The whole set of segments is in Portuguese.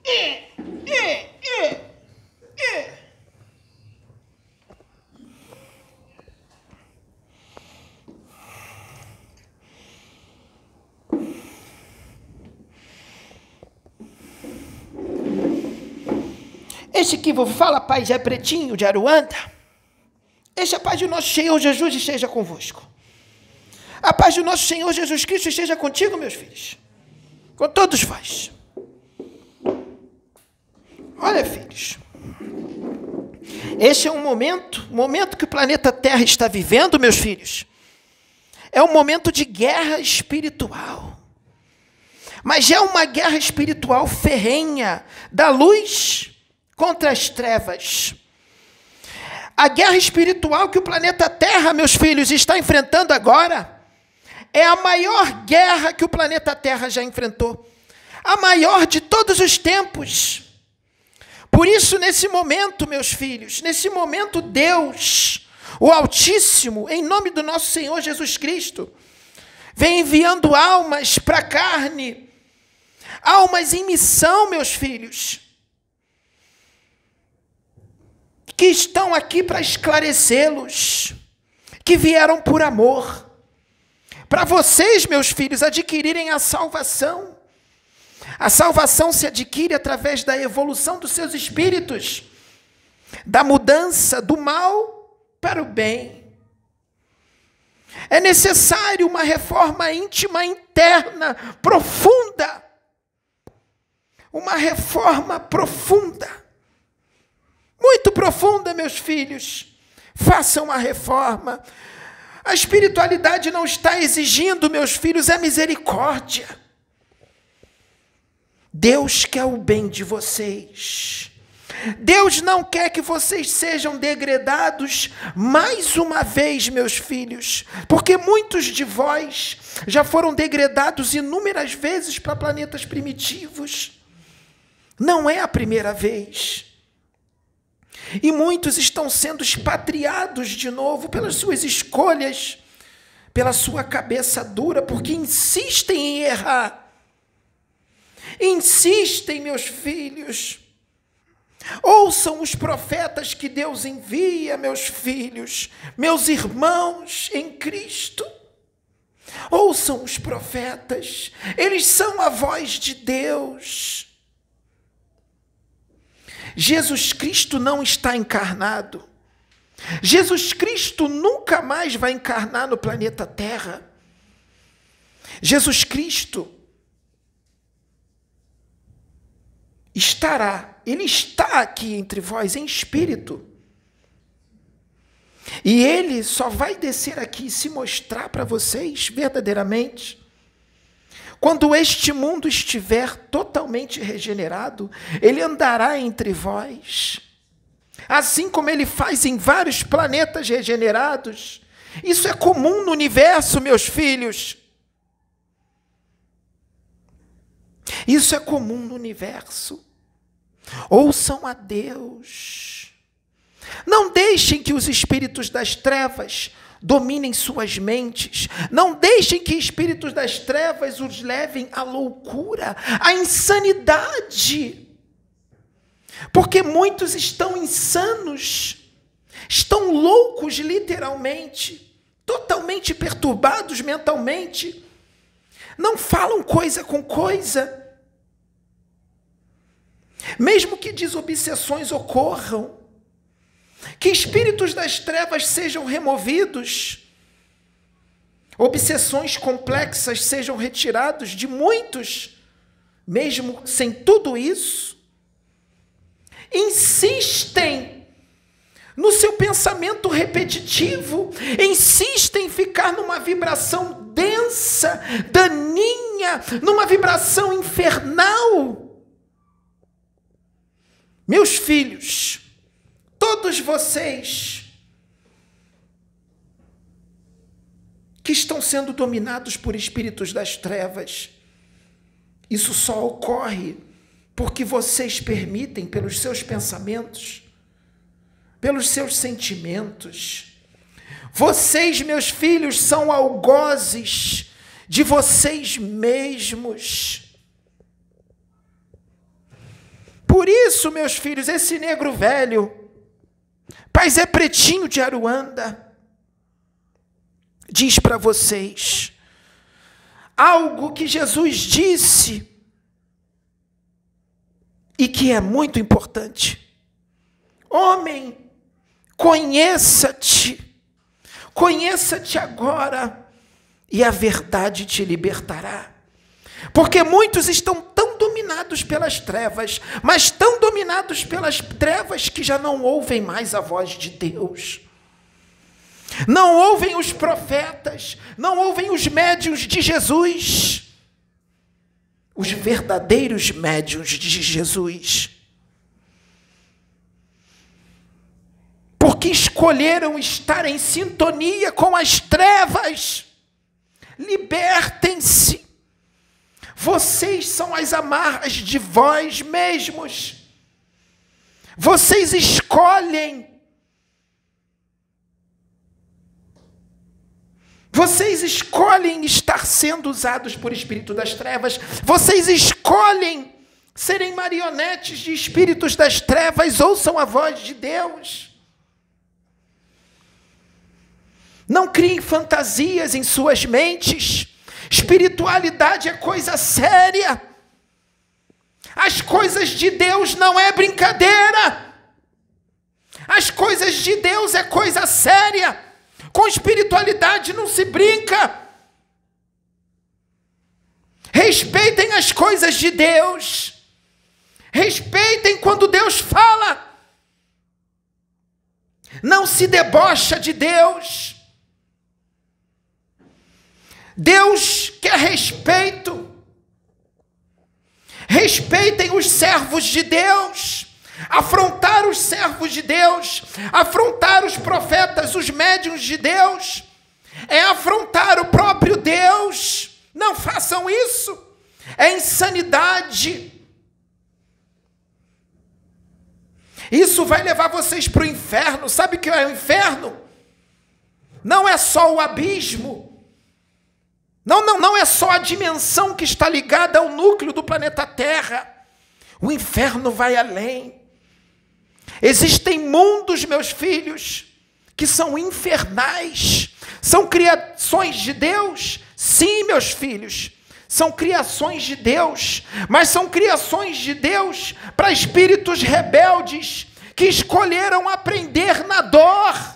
Este que vos fala, Pai Zé Pretinho de Aruanda, este é a paz do nosso Senhor Jesus esteja convosco. A paz do nosso Senhor Jesus Cristo esteja contigo, meus filhos, com todos vós. Olha, filhos, este é um momento que o planeta Terra está vivendo, meus filhos, é um momento de guerra espiritual, mas é uma guerra espiritual ferrenha, da luz contra as trevas. A guerra espiritual que o planeta Terra, meus filhos, está enfrentando agora, é a maior guerra que o planeta Terra já enfrentou, a maior de todos os tempos. Por isso, nesse momento, meus filhos, nesse momento, Deus, o Altíssimo, em nome do nosso Senhor Jesus Cristo, vem enviando almas para a carne, almas em missão, meus filhos, que estão aqui para esclarecê-los, que vieram por amor, para vocês, meus filhos, adquirirem a salvação. A salvação se adquire através da evolução dos seus espíritos, da mudança do mal para o bem. É necessário uma reforma íntima, interna, profunda. Uma reforma profunda. Muito profunda, meus filhos. Façam uma reforma. A espiritualidade não está exigindo, meus filhos, a misericórdia. Deus quer o bem de vocês. Deus não quer que vocês sejam degradados mais uma vez, meus filhos, porque muitos de vós já foram degradados inúmeras vezes para planetas primitivos. Não é a primeira vez. E muitos estão sendo expatriados de novo pelas suas escolhas, pela sua cabeça dura, porque insistem em errar. Insistem, meus filhos. Ouçam os profetas que Deus envia, meus filhos, meus irmãos em Cristo. Ouçam os profetas, eles são a voz de Deus. Jesus Cristo não está encarnado. Jesus Cristo nunca mais vai encarnar no planeta Terra. Jesus Cristo ele está aqui entre vós em espírito. E ele só vai descer aqui e se mostrar para vocês verdadeiramente quando este mundo estiver totalmente regenerado. Ele andará entre vós, assim como ele faz em vários planetas regenerados. Isso é comum no universo, meus filhos. Isso é comum no universo. Ouçam a Deus. Não deixem que os espíritos das trevas dominem suas mentes. Não deixem que espíritos das trevas os levem à loucura, à insanidade. Porque muitos estão insanos, estão loucos literalmente, totalmente perturbados mentalmente. Não falam coisa com coisa. Mesmo que desobsessões ocorram, que espíritos das trevas sejam removidos, obsessões complexas sejam retirados de muitos, mesmo sem tudo isso, insistem no seu pensamento repetitivo, insistem em ficar numa vibração densa, daninha, numa vibração infernal. Meus filhos, todos vocês que estão sendo dominados por espíritos das trevas, isso só ocorre porque vocês permitem, pelos seus pensamentos, pelos seus sentimentos. Vocês, meus filhos, são algozes de vocês mesmos. Por isso, meus filhos, esse negro velho, Pai Zé Pretinho de Aruanda, diz para vocês algo que Jesus disse e que é muito importante. Homem, conheça-te agora, e a verdade te libertará. Porque muitos estão tão dominados pelas trevas, mas tão dominados pelas trevas que já não ouvem mais a voz de Deus. Não ouvem os profetas, não ouvem os médiuns de Jesus, os verdadeiros médiuns de Jesus. Porque escolheram estar em sintonia com as trevas. Libertem-se. Vocês são as amarras de vós mesmos. Vocês escolhem. Vocês escolhem estar sendo usados por espírito das trevas. Vocês escolhem serem marionetes de espíritos das trevas. Ouçam a voz de Deus. Não criem fantasias em suas mentes. Espiritualidade é coisa séria. As coisas de Deus não é brincadeira. As coisas de Deus é coisa séria. Com espiritualidade não se brinca. Respeitem as coisas de Deus. Respeitem quando Deus fala. Não se debocha de Deus. Deus quer respeito. Respeitem os servos de Deus. Afrontar os servos de Deus, afrontar os profetas, os médiuns de Deus, é afrontar o próprio Deus. Não façam isso. É insanidade. Isso vai levar vocês para o inferno. Sabe o que é o inferno? Não é só o abismo. Não é só a dimensão que está ligada ao núcleo do planeta Terra. O inferno vai além. Existem mundos, meus filhos, que são infernais. São criações de Deus? Sim, meus filhos. São criações de Deus. Mas são criações de Deus para espíritos rebeldes que escolheram aprender na dor.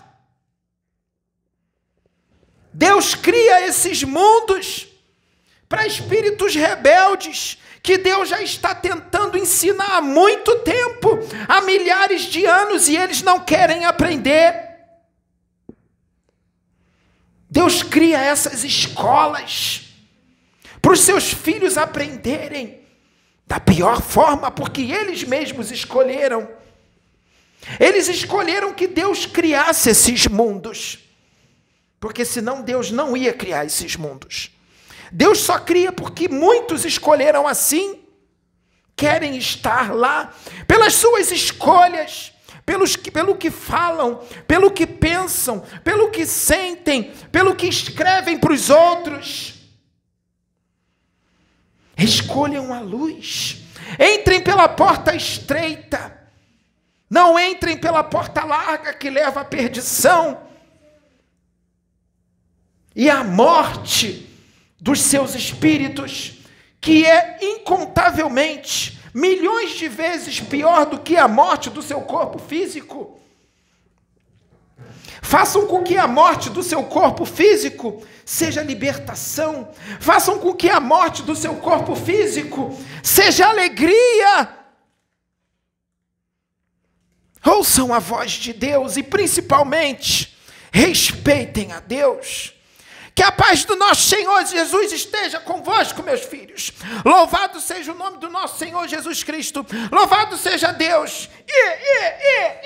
Deus cria esses mundos para espíritos rebeldes que Deus já está tentando ensinar há muito tempo, há milhares de anos, e eles não querem aprender. Deus cria essas escolas para os seus filhos aprenderem da pior forma, porque eles mesmos escolheram. Eles escolheram que Deus criasse esses mundos, porque senão Deus não ia criar esses mundos. Deus só cria porque muitos escolheram assim, querem estar lá, pelas suas escolhas, pelo que falam, pelo que pensam, pelo que sentem, pelo que escrevem para os outros. Escolham a luz, entrem pela porta estreita, não entrem pela porta larga que leva à perdição e à morte dos seus espíritos, que é incontavelmente, milhões de vezes pior do que a morte do seu corpo físico. Façam com que a morte do seu corpo físico seja libertação. Façam com que a morte do seu corpo físico seja alegria. Ouçam a voz de Deus e, principalmente, respeitem a Deus. Que a paz do nosso Senhor Jesus esteja convosco, meus filhos. Louvado seja o nome do nosso Senhor Jesus Cristo. Louvado seja Deus.